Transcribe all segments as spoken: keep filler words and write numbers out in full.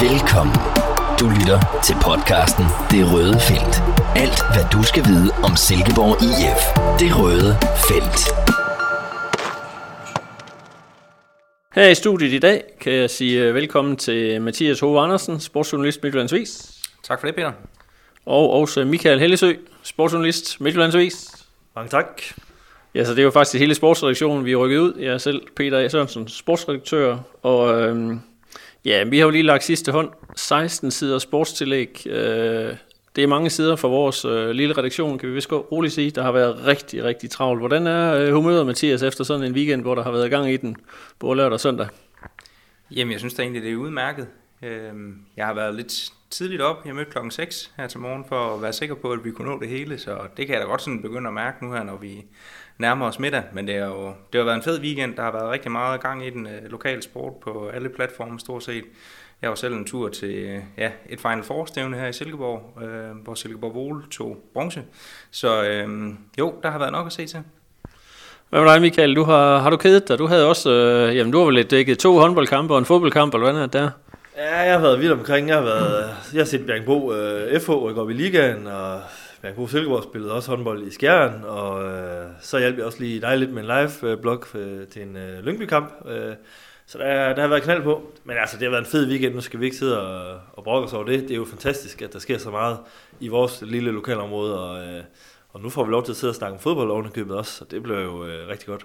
Velkommen. Du lytter til podcasten Det Røde Felt. Alt hvad du skal vide om Silkeborg I F. Det Røde Felt. Her i studiet i dag kan jeg sige velkommen til Mathias Hove Andersen, sportsjournalist Midtjyllands Avis. Tak for det, Peter. Og også Michael Hellesø, sportsjournalist Midtjyllands Avis. Mange tak. Ja, så det er jo faktisk hele sportsredaktionen, vi er rykket ud. Jeg er selv Peter Sørensen, sportsredaktør, og øhm, ja, vi har jo lige lagt sidste hånd, seksten sider sportstillæg. Øh, det er mange sider for vores øh, lille redaktion, kan vi vist gå roligt sige. Der har været rigtig, rigtig travlt. Hvordan er øh, humøret, Mathias, efter sådan en weekend, hvor der har været gang i den, både lørdag og søndag? Jamen, jeg synes da egentlig, det er udmærket. Jeg har været lidt tidligt op. Jeg mødte klokken seks her til morgen for at være sikker på, at vi kunne nå det hele. Så det kan jeg da godt sådan begynde at mærke nu her, når vi nærmer os middag. Men det har jo det har været en fed weekend. Der har været rigtig meget gang i den øh, lokale sport på alle platforme stort set. Jeg var selv en tur til øh, ja, et Final Four-stævne her i Silkeborg, øh, hvor Silkeborg Vole tog bronze. Så øh, jo, der har været nok at se til. Hvad med dig, Michael? Du har, har du kedet dig? Du havde også, øh, jamen du har vel lidt dækket to håndboldkampe og en fodboldkamp, eller hvad er det der? Ja, jeg har været vidt omkring. Jeg har, været, jeg har set Bjergbro øh, F H rykke op i ligaen, og Bjergbro Silkeborg spillede også håndbold i Skjern, og øh, så hjalp jeg også lige dig lidt med en live-blog øh, til en øh, Lyngby-kamp. Øh, så der, der har været knald på. Men altså, det har været en fed weekend. Nu skal vi ikke sidde og, og brokke os over det. Det er jo fantastisk, at der sker så meget i vores lille lokalområde, og, øh, og nu får vi lov til at sidde og snakke om fodbold oven i købet også, så det bliver jo øh, rigtig godt.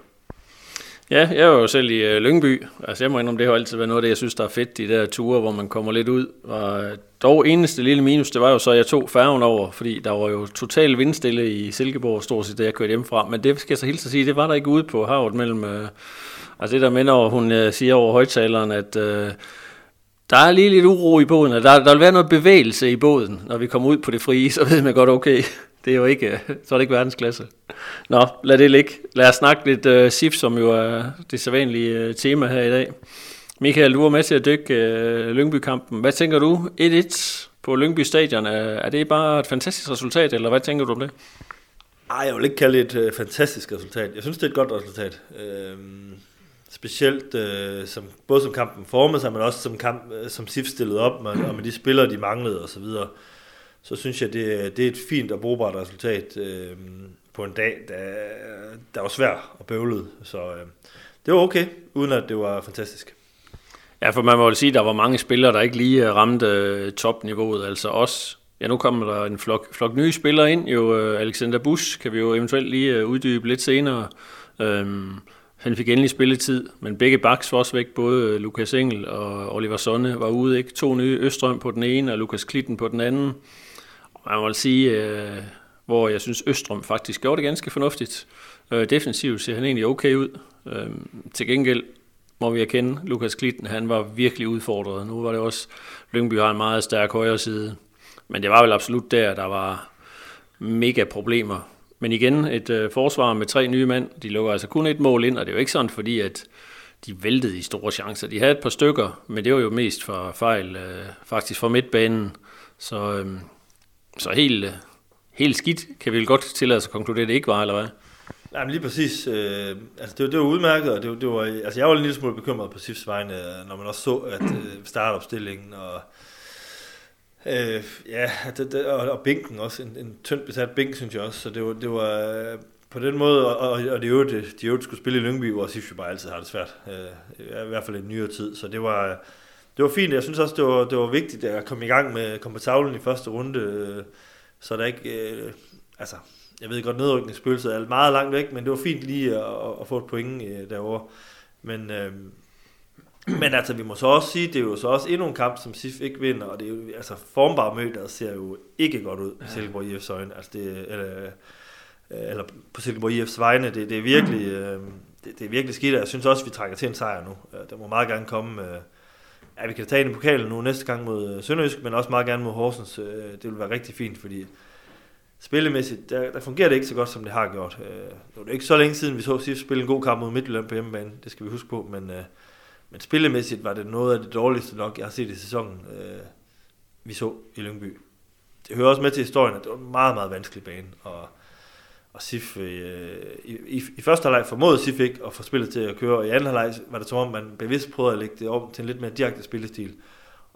Ja, jeg var jo selv i øh, Lyngby. Altså jeg må indrømme, det har altid været noget af det, jeg synes, der er fedt, de der ture, hvor man kommer lidt ud. Og dog eneste lille minus, det var jo så, at jeg tog færgen over, fordi der var jo total vindstille i Silkeborg, stort set, da jeg kørte hjemmefra. Men det skal jeg så hilse at sige, det var der ikke ude på havet mellem... Øh, altså det der med, når hun øh, siger over højtaleren, at øh, der er lige lidt uro i båden, og der, der vil være noget bevægelse i båden, når vi kommer ud på det frie, så ved man godt, okay... Det er jo ikke, så er det ikke verdensklasse. Nå, lad det ligge. Lad os snakke lidt uh, S I F, som jo er det sædvanlige uh, tema her i dag. Michael, du var med til at dykke uh, Lyngby-kampen. Hvad tænker du? et et på Lyngby Stadion. Er, er det bare et fantastisk resultat, eller hvad tænker du om det? Ej, jeg vil ikke kalde det et uh, fantastisk resultat. Jeg synes, det er et godt resultat. Uh, specielt uh, som, både som kampen formede sig, men også som, kamp, uh, som S I F stillede op, med, og med de spillere, de manglede osv., så synes jeg, det, det er et fint og brugbart resultat øh, på en dag, der, der var svær og bøvlet. Så øh, det var okay, uden at det var fantastisk. Ja, for man må jo sige, at der var mange spillere, der ikke lige ramte øh, topniveauet. Altså også, ja nu kommer der en flok, flok nye spillere ind. Jo, øh, Alexander Busch kan vi jo eventuelt lige øh, uddybe lidt senere. Øhm, han fik endelig spilletid, men begge backs var også væk. Både Lukas Engel og Oliver Sonne var ude. Ikke? To nye, Østrøm på den ene og Lukas Klitten på den anden. Man må sige, øh, hvor jeg synes, Østrøm faktisk gjorde det ganske fornuftigt. Øh, defensivt ser han egentlig okay ud. Øh, til gengæld må vi erkende, Lukas Klitten, han var virkelig udfordret. Nu var det også, Lyngby har en meget stærk højre side. Men det var vel absolut der, der var mega problemer. Men igen, et øh, forsvar med tre nye mand. De lukker altså kun et mål ind, og det er jo ikke sådan, fordi at de væltede i store chancer. De havde et par stykker, men det var jo mest for fejl, øh, faktisk fra midtbanen. Så... Øh, Så helt, helt skidt kan vi vel godt tillade os at konkludere, at det ikke var, eller hvad? Nej, men lige præcis. Øh, altså det, det var udmærket, og det, det var, altså jeg var en lille smule bekymret på S I F's vegne, når man også så, at øh, startopstillingen og, øh, ja, det, det, og, og bænken også, en, en tyndt besat bænk, synes jeg også. Så det var, det var på den måde, og, og det øvrigt, de øvrigt skulle spille i Lyngby, hvor S I F bare altid har det svært, øh, i hvert fald i en nyere tid. Så det var, det var fint. Jeg synes også, det var, det var vigtigt at komme i gang med, komme på tavlen i første runde, øh, så der ikke, øh, altså, jeg ved godt, nedrykningsspøgelset er meget langt væk, men det var fint lige at, at få et point øh, derovre. Men, øh, men altså, vi må så også sige, det er jo så også endnu en kamp, som S I F ikke vinder, og det er jo, altså, formbare møder ser jo ikke godt ud på Silkeborg I F's øjne, altså det, eller, eller på Silkeborg I F's vegne, det, det er virkelig, øh, det, det er virkelig skidt, og jeg synes også, vi trækker til en sejr nu. Der må meget gerne komme, øh, ja, vi kan tage en i pokalen nu næste gang mod Sønderjysk, men også meget gerne mod Horsens. Det vil være rigtig fint, fordi spillemæssigt, der, der fungerer det ikke så godt, som det har gjort. Nu er det ikke så længe siden, vi så S I F spille en god kamp mod Midtjylland på hjemmebane, det skal vi huske på, men, men spillemæssigt var det noget af det dårligste nok, jeg har set i sæsonen, vi så i Lyngby. Det hører også med til historien, at det var en meget, meget vanskelig bane, og Og S I F, øh, i, i, i første halvleg formåede S I F ikke at få spillet til at køre, og i anden halvleg var det som om, man bevidst prøvede at lægge det om til en lidt mere direkte spillestil.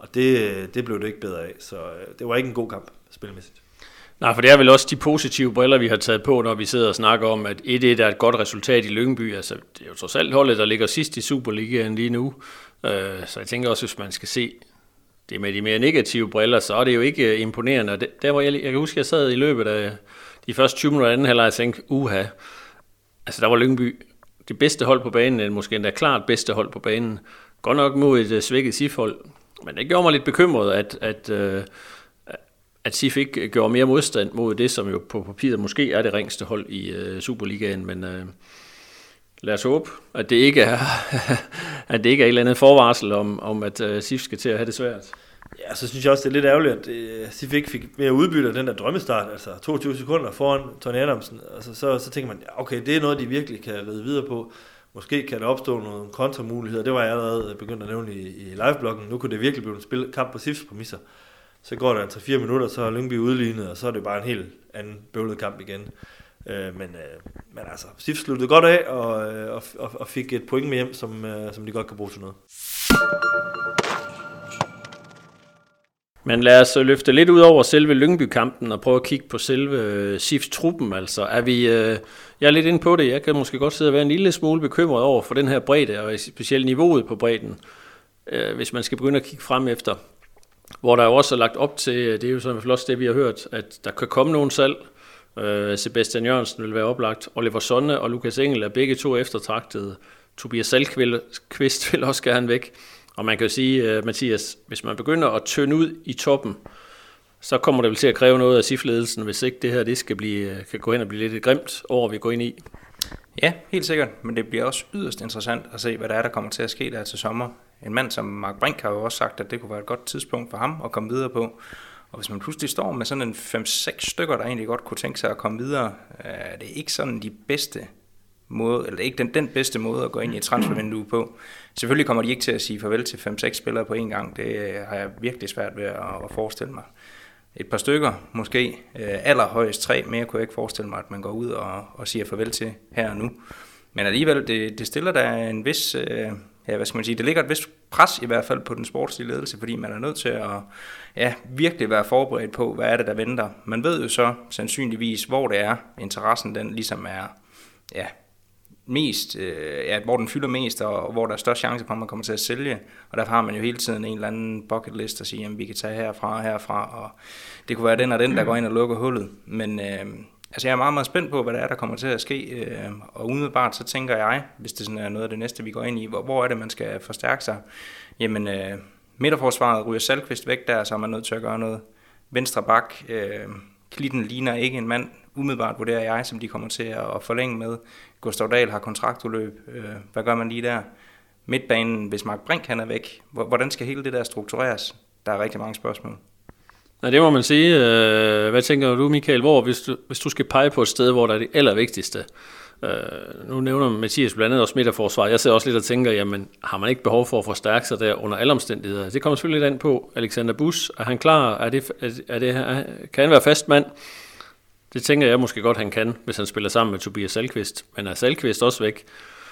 Og det, det blev det ikke bedre af, så det var ikke en god kamp spilmæssigt. Nej, for det er vel også de positive briller, vi har taget på, når vi sidder og snakker om, at et et er et godt resultat i Lyngby. Altså, det er jo trods alt holdet, der ligger sidst i Superligaen lige nu. Så jeg tænker også, hvis man skal se det med de mere negative briller, så er det jo ikke imponerende. Der, hvor jeg, jeg kan huske, at jeg sad i løbet af de første tyve minutter af anden halvleg og tænkte, uha, altså der var Lyngby det bedste hold på banen, eller måske endda klart bedste hold på banen. Godt nok mod et svækket S I F-hold, men det gjorde mig lidt bekymret, at, at, at S I F ikke gjorde mere modstand mod det, som jo på papiret måske er det ringste hold i Superligaen, men uh, lad os håbe, at det ikke er, at det ikke er et eller andet forvarsel om, om at uh, S I F skal til at have det svært. Ja, så synes jeg også, det er lidt ærgerligt, at uh, S I F ikke fik mere udbytte af den der drømmestart, altså toogtyve sekunder foran Tony Adamsen. Altså, så, så tænker man, okay, det er noget, de virkelig kan ride videre på. Måske kan der opstå nogle kontramuligheder. Det var jeg allerede begyndt at nævne i, i livebloggen. Nu kunne det virkelig blive en spil, kamp på S I Fs præmisser. Så går der tre fire minutter, så er Lyngby udlignet, og så er det bare en helt anden bøvlet kamp igen. Øh, men, øh, men altså, S I F sluttede godt af, og, og, og, og fik et point med hjem, som, øh, som de godt kan bruge til noget. Men lad os løfte lidt ud over selve Lyngby-kampen og prøve at kigge på selve S I F's-truppen. Altså, er vi, øh, jeg er lidt inde på det. Jeg kan måske godt sidde og være en lille smule bekymret over for den her bredde, og specielt niveauet på bredden, øh, hvis man skal begynde at kigge frem efter. Hvor der jo også er lagt op til, det er jo så også det, vi har hørt, at der kan komme nogen salg. Øh, Sebastian Jørgensen vil være oplagt. Oliver Sonne og Lukas Engel er begge to eftertragtede. Tobias Salkvist vil også gerne væk. Og man kan jo sige, uh, Mathias, hvis man begynder at tynde ud i toppen, så kommer det vel til at kræve noget af S I F-ledelsen, hvis ikke det her det skal blive, kan gå hen og blive lidt et grimt år, vi går ind i. Ja, helt sikkert, men det bliver også yderst interessant at se, hvad der er, der kommer til at ske der til sommer. En mand som Mark Brink har jo også sagt, at det kunne være et godt tidspunkt for ham at komme videre på. Og hvis man pludselig står med sådan en fem seks stykker, der egentlig godt kunne tænke sig at komme videre, er det ikke sådan de bedste måde, eller ikke den, den bedste måde at gå ind i et transfervindue på. Selvfølgelig kommer de ikke til at sige farvel til fem seks spillere på en gang. Det har jeg virkelig svært ved at, at forestille mig. Et par stykker, måske allerhøjst tre, mere kunne jeg ikke forestille mig, at man går ud og, og siger farvel til her og nu. Men alligevel, det, det stiller der en vis, ja, hvad skal man sige, det ligger et vis pres i hvert fald på den sportslige ledelse, fordi man er nødt til at ja, virkelig være forberedt på, hvad er det, der venter. Man ved jo så sandsynligvis, hvor det er, interessen den ligesom er, ja, mest, øh, ja, hvor den fylder mest, og, og hvor der er størst chance for, at man kommer til at sælge. Og derfor har man jo hele tiden en eller anden bucket list og siger, at vi kan tage herfra og herfra, og det kunne være den og den, der går ind og lukker hullet. Men øh, altså jeg er meget, meget spændt på, hvad der er, der kommer til at ske, øh, og umiddelbart så tænker jeg, hvis det sådan er noget af det næste, vi går ind i, hvor, hvor er det, man skal forstærke sig? Jamen, øh, midterforsvaret ryger Salkvist væk der, så er man nødt til at gøre noget. Venstre bak, øh, Klitten ligner ikke en mand, umiddelbart vurderer jeg, som de kommer til at forlænge med. Gustav Dahl har kontraktudløb. Hvad gør man lige der? Midtbanen, hvis Mark Brink han er væk, hvordan skal hele det der struktureres? Der er rigtig mange spørgsmål. Ja, det må man sige. Hvad tænker du, Michael? Hvor, hvis du, hvis du skal pege på et sted, hvor der er det allervigtigste? Nu nævner Mathias blandt andet også midterforsvar. Jeg ser også lidt og tænker, jamen har man ikke behov for at forstærke sig der under alle omstændigheder? Det kommer selvfølgelig lidt an på. Alexander Busch, er han klar? Er det, er det, er, kan han være fast mand? Det tænker jeg måske godt, han kan, hvis han spiller sammen med Tobias Salkvist. Men er Salkvist også væk,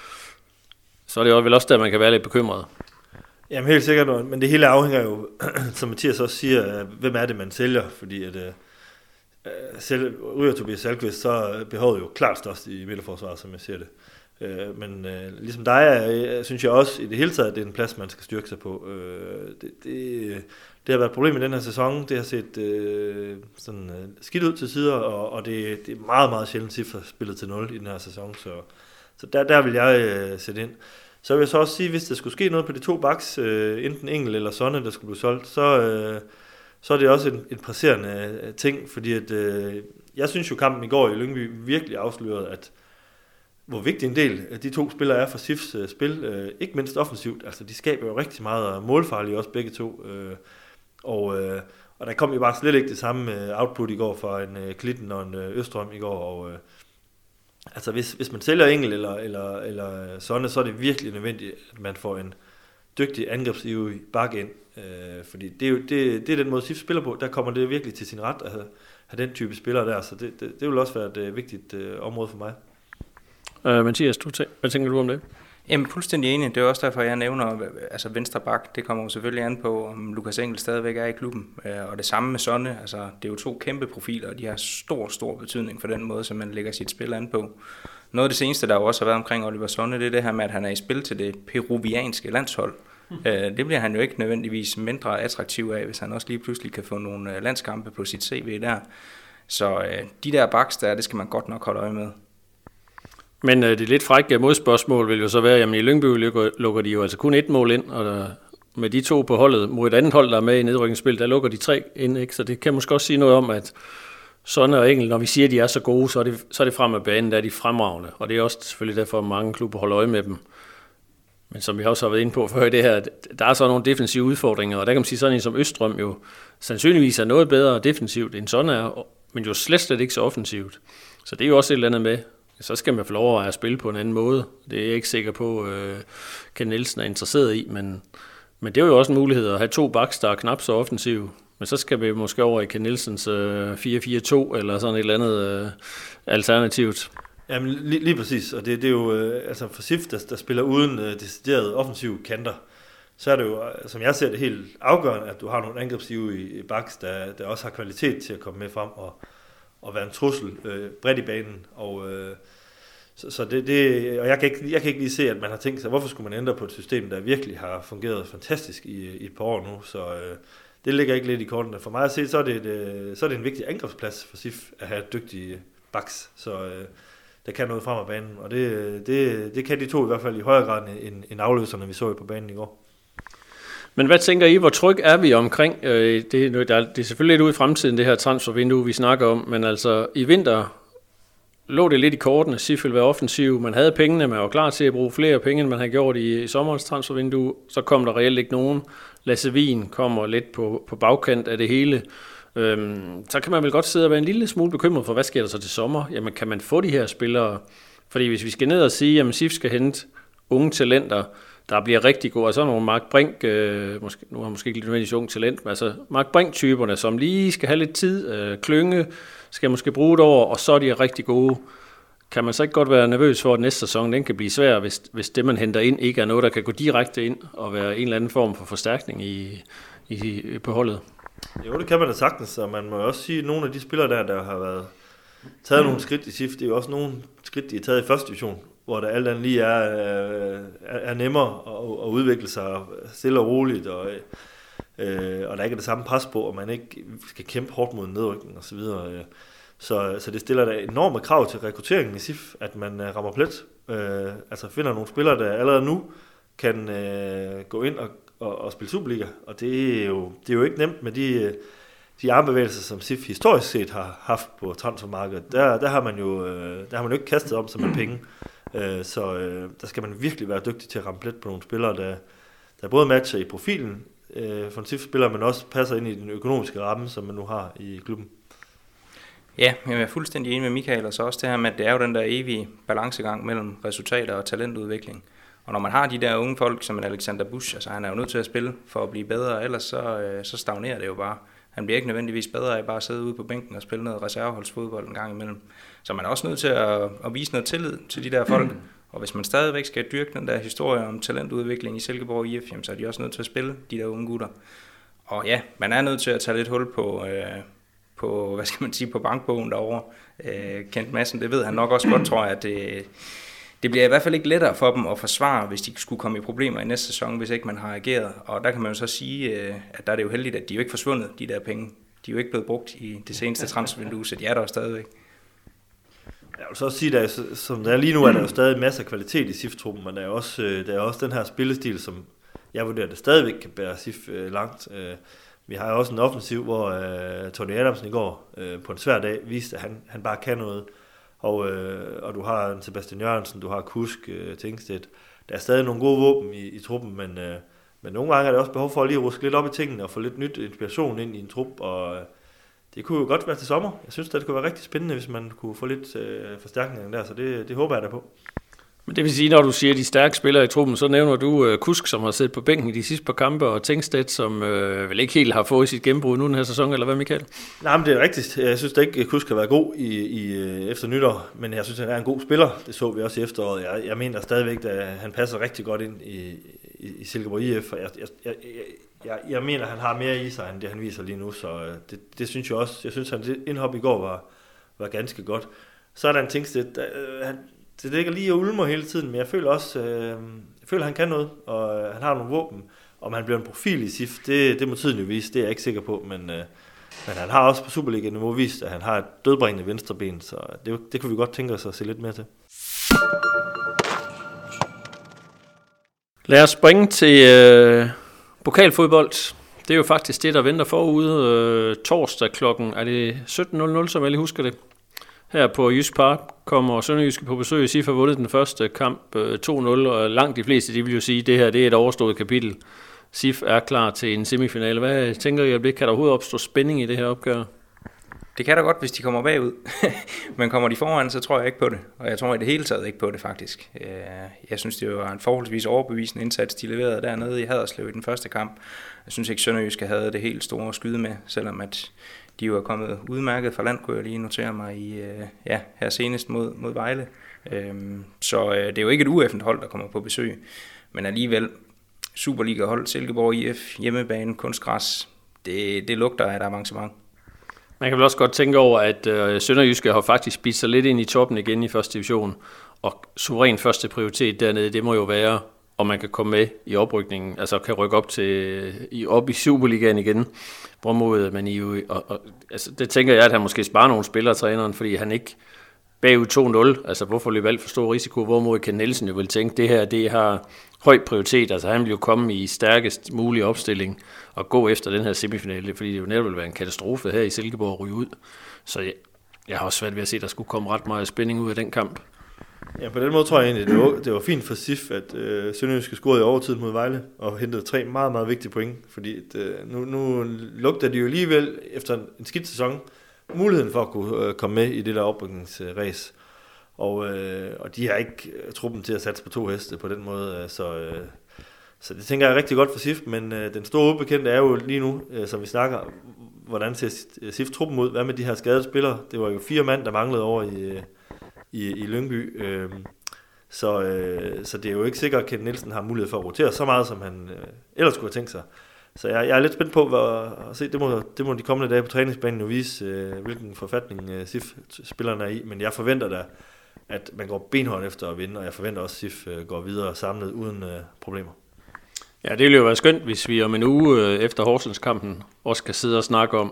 så er det jo vel også der, man kan være lidt bekymret. Jamen helt sikkert, men det hele afhænger jo, som Mathias også siger, hvem er det, man sælger? Fordi at øh, selv ryger Tobias Salkvist, så er behovet jo klart størst i midterforsvaret, som jeg ser det. Øh, men øh, ligesom dig, øh, synes jeg også i det hele taget, at det er en plads, man skal styrke sig på. Øh, det, det, det har været et problem i den her sæson. Det har set øh, sådan øh, skidt ud til sider, og, og det, det er meget, meget sjældent cifre spillet til nul i den her sæson. Så, så der, der vil jeg øh, sætte ind. Så vil jeg så også sige, hvis der skulle ske noget på de to backs, øh, enten Engel eller Sonne, der skulle blive solgt, så, øh, så er det også en, en presserende øh, ting, fordi at, øh, jeg synes jo, kampen i går i Lyngby virkelig afslørede, at hvor vigtig en del af de to spillere er for S I F's uh, spil, uh, ikke mindst offensivt. Altså, de skaber jo rigtig meget målfarlige også begge to. Uh, og, uh, og der kom jo bare slet ikke det samme uh, output i går fra en uh, Klitten og en uh, Østrøm i går. Og, uh, altså, hvis, hvis man sælger Engel eller, eller, eller Sonne, så er det virkelig nødvendigt, at man får en dygtig angrebsivrig bak ind. Uh, fordi det er jo det, det er den måde, S I F spiller på. Der kommer det virkelig til sin ret at have, have den type spillere der. Så det, det, det vil også være et uh, vigtigt uh, område for mig. Uh, Mathias, du tæ- hvad tænker du om det? Jamen fuldstændig enig. Det er også derfor, jeg nævner altså venstre bak. Det kommer jo selvfølgelig an på, om Lukas Engel stadigvæk er i klubben. Og det samme med Sonne. Altså, det er jo to kæmpe profiler, og de har stor, stor betydning for den måde, som man lægger sit spil an på. Noget af det seneste, der jo også har været omkring Oliver Sonne, det er det her med, at han er i spil til det peruvianske landshold. Mm. Det bliver han jo ikke nødvendigvis mindre attraktiv af, hvis han også lige pludselig kan få nogle landskampe på sit C V der. Så de der backs der, det skal man godt nok holde øje med. Men øh, det lidt frække modspørgsmål vil jo så være, jamen i Lyngby lukker, lukker de jo altså kun et mål ind, og der, med de to på holdet mod et andet hold, der er med i nedrykningsspil, der lukker de tre ind, ikke? Så det kan måske også sige noget om, at Sonne og Engel, når vi siger, at de er så gode, så er det, så er det frem af banen, der er de fremragende, og det er også selvfølgelig derfor, at mange klubber holder øje med dem. Men som vi også har været inde på før i det her, der er så nogle defensive udfordringer, og der kan man sige sådan en som Østrøm jo sandsynligvis er noget bedre defensivt end Sonne er, men jo slet slet ikke så offensivt. Så det er jo også et eller andet med, så skal man få lov at spille på en anden måde. Det er jeg ikke sikker på, at øh, Ken Nielsen er interesseret i, men, men det er jo også en mulighed at have to backs, der er knap så offensive. Men så skal vi måske over i Ken Nielsens øh, fire fire to eller sådan et eller andet øh, alternativt. Jamen lige, lige præcis, og det, det er jo øh, altså for S I F, der, der spiller uden øh, deciderede offensive kanter, så er det jo, som jeg ser det, helt afgørende, at du har nogle angrebstive i, i backs, der, der også har kvalitet til at komme med frem og og være en trussel øh, bredt i banen, og øh, så, så det, det og jeg kan ikke jeg kan ikke lige se, at man har tænkt sig, hvorfor skulle man ændre på et system, der virkelig har fungeret fantastisk i, i et par år nu, så øh, det ligger ikke lidt i kortene. For mig at se, så er det et, så er det en vigtig angrebsplads for S I F at have dygtige backs, så øh, der kan noget frem af banen, og det, det, det kan de to i hvert fald i højere grad end, end afløserne, vi så på banen i går. Men hvad tænker I, hvor tryg er vi omkring, øh, det, det er selvfølgelig lidt ude i fremtiden, det her transfervindue, vi snakker om, men altså i vinter lå det lidt i kortene, S I F ville være offensiv, man havde pengene, man var klar til at bruge flere penge, end man havde gjort i, i sommerens transfervindue, så kom der reelt ikke nogen. Lasse Wien kommer lidt på, på bagkant af det hele. Øhm, så kan man vel godt sidde og være en lille smule bekymret for, hvad sker der så til sommer? Jamen kan man få de her spillere? Fordi hvis vi skal ned og sige, at S I F skal hente unge talenter, der bliver rigtig gode, altså nogle Mark Brink, øh, måske, nu har han måske ikke lidt nødvendigvis ung talent, men altså Mark Brink-typerne, som lige skal have lidt tid, øh, klynge, skal måske bruge det over, og så er de rigtig gode. Kan man så ikke godt være nervøs for, at næste sæson den kan blive svær, hvis, hvis det, man henter ind, ikke er noget, der kan gå direkte ind og være en eller anden form for forstærkning i, i, på holdet? Jo, det kan man da sagtens, og man må også sige, at nogle af de spillere der, der har været taget nogle skridt i S I F, det er jo også nogle skridt, de har taget i første division, hvor der alt andet lige er, er, er nemmere at, at udvikle sig stille og roligt, og, øh, og der ikke er det samme pres på, og man ikke skal kæmpe hårdt mod nedrykning osv. Så, så, så det stiller da enorme krav til rekrutteringen i S I F, at man uh, rammer plet. Øh, altså finder nogle spillere, der allerede nu kan øh, gå ind og, og, og spille Superliga, og det er, jo, det er jo ikke nemt med de, de armbevægelser, som S I F historisk set har haft på transfermarkedet. Der, der, har man jo, der har man jo ikke kastet om sig med penge. Så øh, der skal man virkelig være dygtig til at ramme plet på nogle spillere, der, der både matcher i profilen øh, for en S I F-spiller, men også passer ind i den økonomiske ramme, som man nu har i klubben. Ja, jeg er fuldstændig enig med Michael, og så også det her med, at det er jo den der evige balancegang mellem resultater og talentudvikling. Og når man har de der unge folk, som en Alexander Busch, altså han er jo nødt til at spille for at blive bedre, ellers så, øh, så stagnerer det jo bare. Han bliver ikke nødvendigvis bedre af bare at sidde ude på bænken og spille noget reserveholdsfodbold en gang imellem. Så man er også nødt til at, at vise noget tillid til de der folk. Og hvis man stadigvæk skal dyrke den der historie om talentudvikling i Silkeborg I F, så er de også nødt til at spille de der unge gutter. Og ja, man er nødt til at tage lidt hul på, øh, på hvad skal man sige, på bankbogen derovre. Øh, Kent Madsen, det ved han nok også godt, tror jeg, at det, det bliver i hvert fald ikke lettere for dem at forsvare, hvis de skulle komme i problemer i næste sæson, hvis ikke man har ageret. Og der kan man jo så sige, at der er det jo heldigt, at de er jo ikke forsvundet, de der penge. De er jo ikke blevet brugt i det seneste transfervindue, så de er der jo stadigvæk. Jeg vil så også sige, at som der er lige nu, er der jo stadig masser af kvalitet i S I F-truppen, men der er også, der er også den her spillestil, som jeg vurderer, at det stadigvæk kan bære S I F langt. Vi har også en offensiv, hvor Tony Adamsen i går på en svær dag viste, at han, han bare kan noget. Og, øh, og du har en Sebastian Jørgensen, du har Kusk, øh, Tingstedt. Der er stadig nogle gode våben i, i truppen, men, øh, men nogle gange er der også behov for at lige at ruske lidt op i tingene og få lidt nyt inspiration ind i en trup, og øh, det kunne jo godt være til sommer. Jeg synes, det kunne være rigtig spændende, hvis man kunne få lidt øh, forstærkning der, så det, det håber jeg da på. Men det vil sige, når du siger de stærke spillere i truppen, så nævner du uh, Kusk, som har siddet på bænken i de sidste par kampe, og Tengstedt, som uh, vel ikke helt har fået sit gennembrud nu den her sæson, eller hvad, Michael? Nej, men det er rigtigt. Jeg synes da ikke, at Kusk har været god i, i, efter nytår, men jeg synes, at han er en god spiller. Det så vi også i efteråret. Jeg, jeg mener stadigvæk, at han passer rigtig godt ind i, i, i Silkeborg I F, og jeg, jeg, jeg, jeg, jeg mener, at han har mere i sig, end det han viser lige nu, så det, det synes jeg også. Jeg synes, at hans indhop i går var, var ganske godt. Så er der en Tengstedt, øh, han det ligger lige og ulmer hele tiden, men jeg føler også, øh, jeg føler, at han kan noget, og øh, han har nogle våben. Om han bliver en profil i S I F, det, det må tiden jo vise, det er jeg ikke sikker på, men, øh, men han har også på Superliga-niveau vist, at han har et dødbringende venstreben, så det, det kunne vi godt tænke os at se lidt mere til. Lad os springe til øh, pokalfodbold. Det er jo faktisk det, der venter forude øh, torsdag klokken, er det sytten nul nul, som jeg lige husker det. Her på Jysk Park kommer Sønderjyske på besøg. S I F har vundet den første kamp to nul, og langt de fleste de vil jo sige, at det her det er et overstået kapitel. S I F er klar til en semifinale. Hvad tænker I, at det kan der overhovedet opstå spænding i det her opgør? Det kan da godt, hvis de kommer bagud. Men kommer de foran, så tror jeg ikke på det. Og jeg tror i det hele taget ikke på det, faktisk. Jeg synes, det var en forholdsvis overbevisende indsats, de leverede dernede i Haderslev i den første kamp. Jeg synes ikke, Sønderjyske havde det helt store skyde med, selvom at de jo er kommet udmærket fra land, kunne jeg lige notere mig i, ja, her senest mod, mod Vejle. Så det er jo ikke et U F'ent hold, der kommer på besøg. Men alligevel, Superliga-hold, Silkeborg I F, hjemmebane, kunstgræs, det, det lugter af et avancement. Man kan vel også godt tænke over, at øh, Sønderjyske har faktisk bidt sig lidt ind i toppen igen i første division, og suveræn første prioritet dernede, det må jo være, om man kan komme med i oprykningen, altså kan rykke op til i op i Superligaen igen, hvorimod man jo, og, og, altså det tænker jeg, at han måske sparer nogle spillere, træneren, fordi han ikke bagud to nul, altså hvorfor løbe alt for stor risiko, hvorimod Ken Nielsen jo vil tænke, det her, det har høj prioritet, altså han vil jo komme i stærkest mulig opstilling og gå efter den her semifinale, fordi det jo netop vil være en katastrofe her i Silkeborg at ryge ud, så jeg, jeg har også svært ved at se, at der skulle komme ret meget spænding ud af den kamp. Ja, på den måde tror jeg egentlig, det var, det var fint for S I F, at øh, Sønderjyske scorede i overtid mod Vejle og hentede tre meget, meget vigtige point, fordi at, øh, nu, nu lugter de jo alligevel efter en skidt sæson muligheden for at kunne øh, komme med i det der oprykningsræs. Og, øh, og de har ikke øh, truppen til at satse på to heste på den måde, øh, så, øh, så det tænker jeg er rigtig godt for S I F, men øh, den store ubekendte er jo lige nu, øh, som vi snakker, hvordan ser S I F-truppen ud, hvad med de her skadede spillere? Det var jo fire mand, der manglede over i... Øh, i, i Lyngby, øh, så, øh, så det er jo ikke sikkert, at Ken Nielsen har mulighed for at rotere så meget, som han øh, ellers skulle have tænkt sig. Så jeg, jeg er lidt spændt på hvad, at se, det må, det må de kommende dage på træningsbanen jo vise, øh, hvilken forfatning øh, S I F-spillerne er i, men jeg forventer da, at man går benhårdt efter at vinde, og jeg forventer også, at S I F øh, går videre samlet uden øh, problemer. Ja, det ville jo være skønt, hvis vi om en uge øh, efter Horsens-kampen også kan sidde og snakke om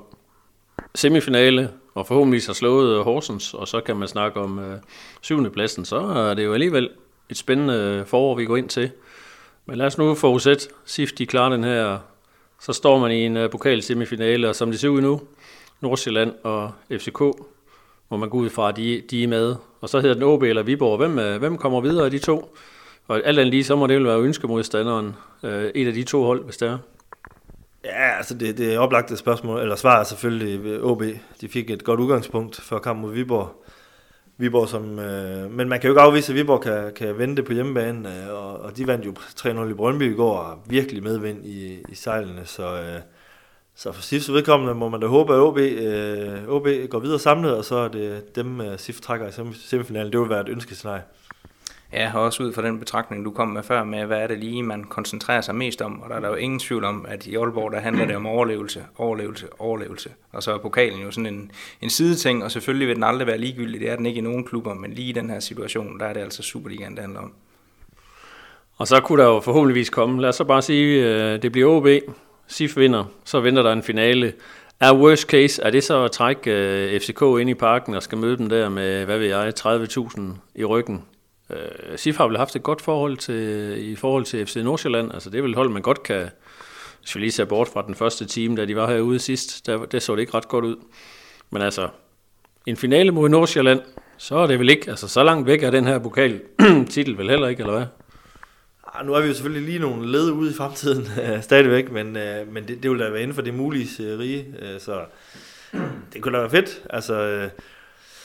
semifinale, og forhåbentlig har slået Horsens, og så kan man snakke om øh, syvende pladsen, så er det jo alligevel et spændende forår, vi går ind til. Men lad os nu forudsætte, S I F de klarer den her, så står man i en uh, pokalsemifinale, og som det ser ud nu, Nordsjælland og F C K, må man gå ud fra, at de, de er med. Og så hedder den O B eller Viborg. Hvem, uh, hvem kommer videre af de to? Og alt andet lige, så må det vel være ønskemodstanderen, uh, et af de to hold, hvis det er. Ja, altså det, det er oplagt et spørgsmål, eller svar er selvfølgelig ved O B. De fik et godt udgangspunkt for kampen mod Viborg. Viborg som, øh, men man kan jo ikke afvise, at Viborg kan, kan vente på hjemmebane, øh, og, og de vandt jo tre nul i Brøndby i går, og virkelig medvind i, i sejlene, så, øh, så for S I F's vedkommende må man da håbe, at O B, øh, O B går videre samlet, og så er det dem, øh, S I F trækker i semifinalen. Det vil være et ønskescenarie. Ja, og også ud fra den betragtning, du kom med før, med hvad er det lige, man koncentrerer sig mest om, og der er der jo ingen tvivl om, at i Aalborg, der handler det om overlevelse, overlevelse, overlevelse, og så er pokalen jo sådan en, en sideting, og selvfølgelig vil den aldrig være ligegyldig, det er den ikke i nogen klubber, men lige i den her situation, der er det altså Superligaen, det handler om. Og så kunne der jo forhåbentligvis komme, lad os så bare sige, det bliver O B, S I F vinder, så venter der en finale. Er worst case, er det så at trække F C K ind i parken og skal møde dem der med, hvad ved jeg, tredive tusind i ryggen? Uh, S I F har vel haft et godt forhold til, i forhold til F C Nordsjælland, altså det er vel et hold, man godt kan, hvis vi lige ser bort fra den første time, da de var herude sidst, der, der så det ikke ret godt ud. Men altså, en finale mod Nordsjælland, så er det vel ikke, altså så langt væk er den her pokaltitel vel heller ikke, eller hvad? Ah, nu er vi jo selvfølgelig lige nogle led ude i fremtiden uh, stadigvæk, men, uh, men det, det vil da være inden for det mulige uh, rige, uh, så det kunne da være fedt, altså... Uh,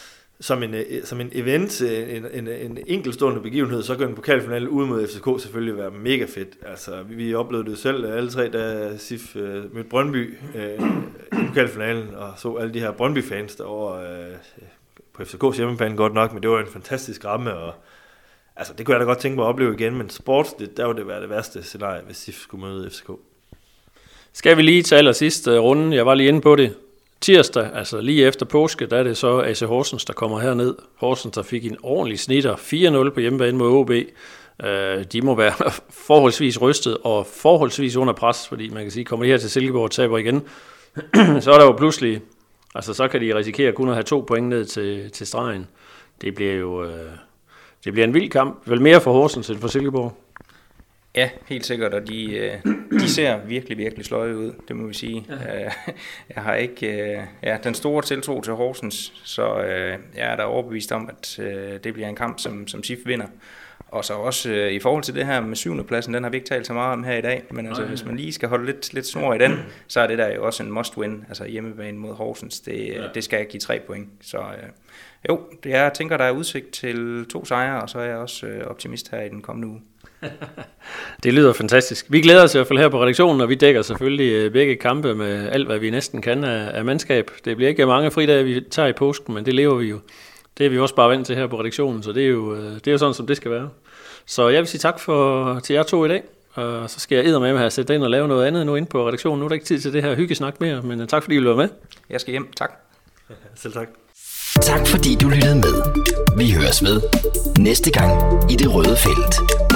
som en, som en event, en, en, en enkeltstående begivenhed, så kan en pokalfinale ude mod F C K selvfølgelig være mega fedt. Altså, vi, vi oplevede det selv alle tre, da S I F øh, mødte Brøndby øh, i pokalfinalen, og så alle de her Brøndby-fans derovre øh, på F C K's hjemmebane godt nok, men det var en fantastisk ramme, og altså, det kunne jeg da godt tænke mig at opleve igen, men sports, det, der ville det være det værste scenarie, hvis S I F skulle møde F C K. Skal vi lige til allersidst uh, runden, jeg var lige inde på det. Tirsdag, altså lige efter påske, der er det så A C Horsens, der kommer herned. Horsens, der fik en ordentlig snitter, fire nul på hjemmebane mod O B. Uh, de må være forholdsvis rystet og forholdsvis under pres, fordi man kan sige, kommer de her til Silkeborg og taber igen, så er der jo pludselig, altså så kan de risikere kun at have to point ned til, til stregen. Det bliver jo uh, det bliver en vild kamp, vel mere for Horsens end for Silkeborg. Ja, helt sikkert, og de, de ser virkelig, virkelig sløje ud, det må vi sige. Ja. Jeg har ikke ja, den store tiltro til Horsens, så jeg er da overbevist om, at det bliver en kamp, som, som S I F vinder. Og så også i forhold til det her med syvende pladsen, den har vi ikke talt så meget om her i dag, men altså, hvis man lige skal holde lidt, lidt snor i den, så er det der jo også en must-win, altså hjemmebane mod Horsens, det, ja. det skal give tre point. Så jo, jeg tænker, der er udsigt til to sejre, og så er jeg også optimist her i den kommende uge. Det lyder fantastisk. Vi glæder os i hvert fald her på redaktionen, og vi dækker selvfølgelig begge kampe med alt, hvad vi næsten kan af, af mandskab. Det bliver ikke mange fridage, vi tager i påsken, men det lever vi jo. Det er vi også bare vant til her på redaktionen, så det er jo, det er jo sådan, som det skal være. Så jeg vil sige tak for, til jer to i dag, og så skal jeg eddermame her sætte ind og lave noget andet nu inde på redaktionen. Nu er der ikke tid til det her hyggesnak mere, men tak fordi I ville være med. Jeg skal hjem. Tak. Selv tak. Tak fordi du lyttede med. Vi høres ved næste gang i Det Røde Felt.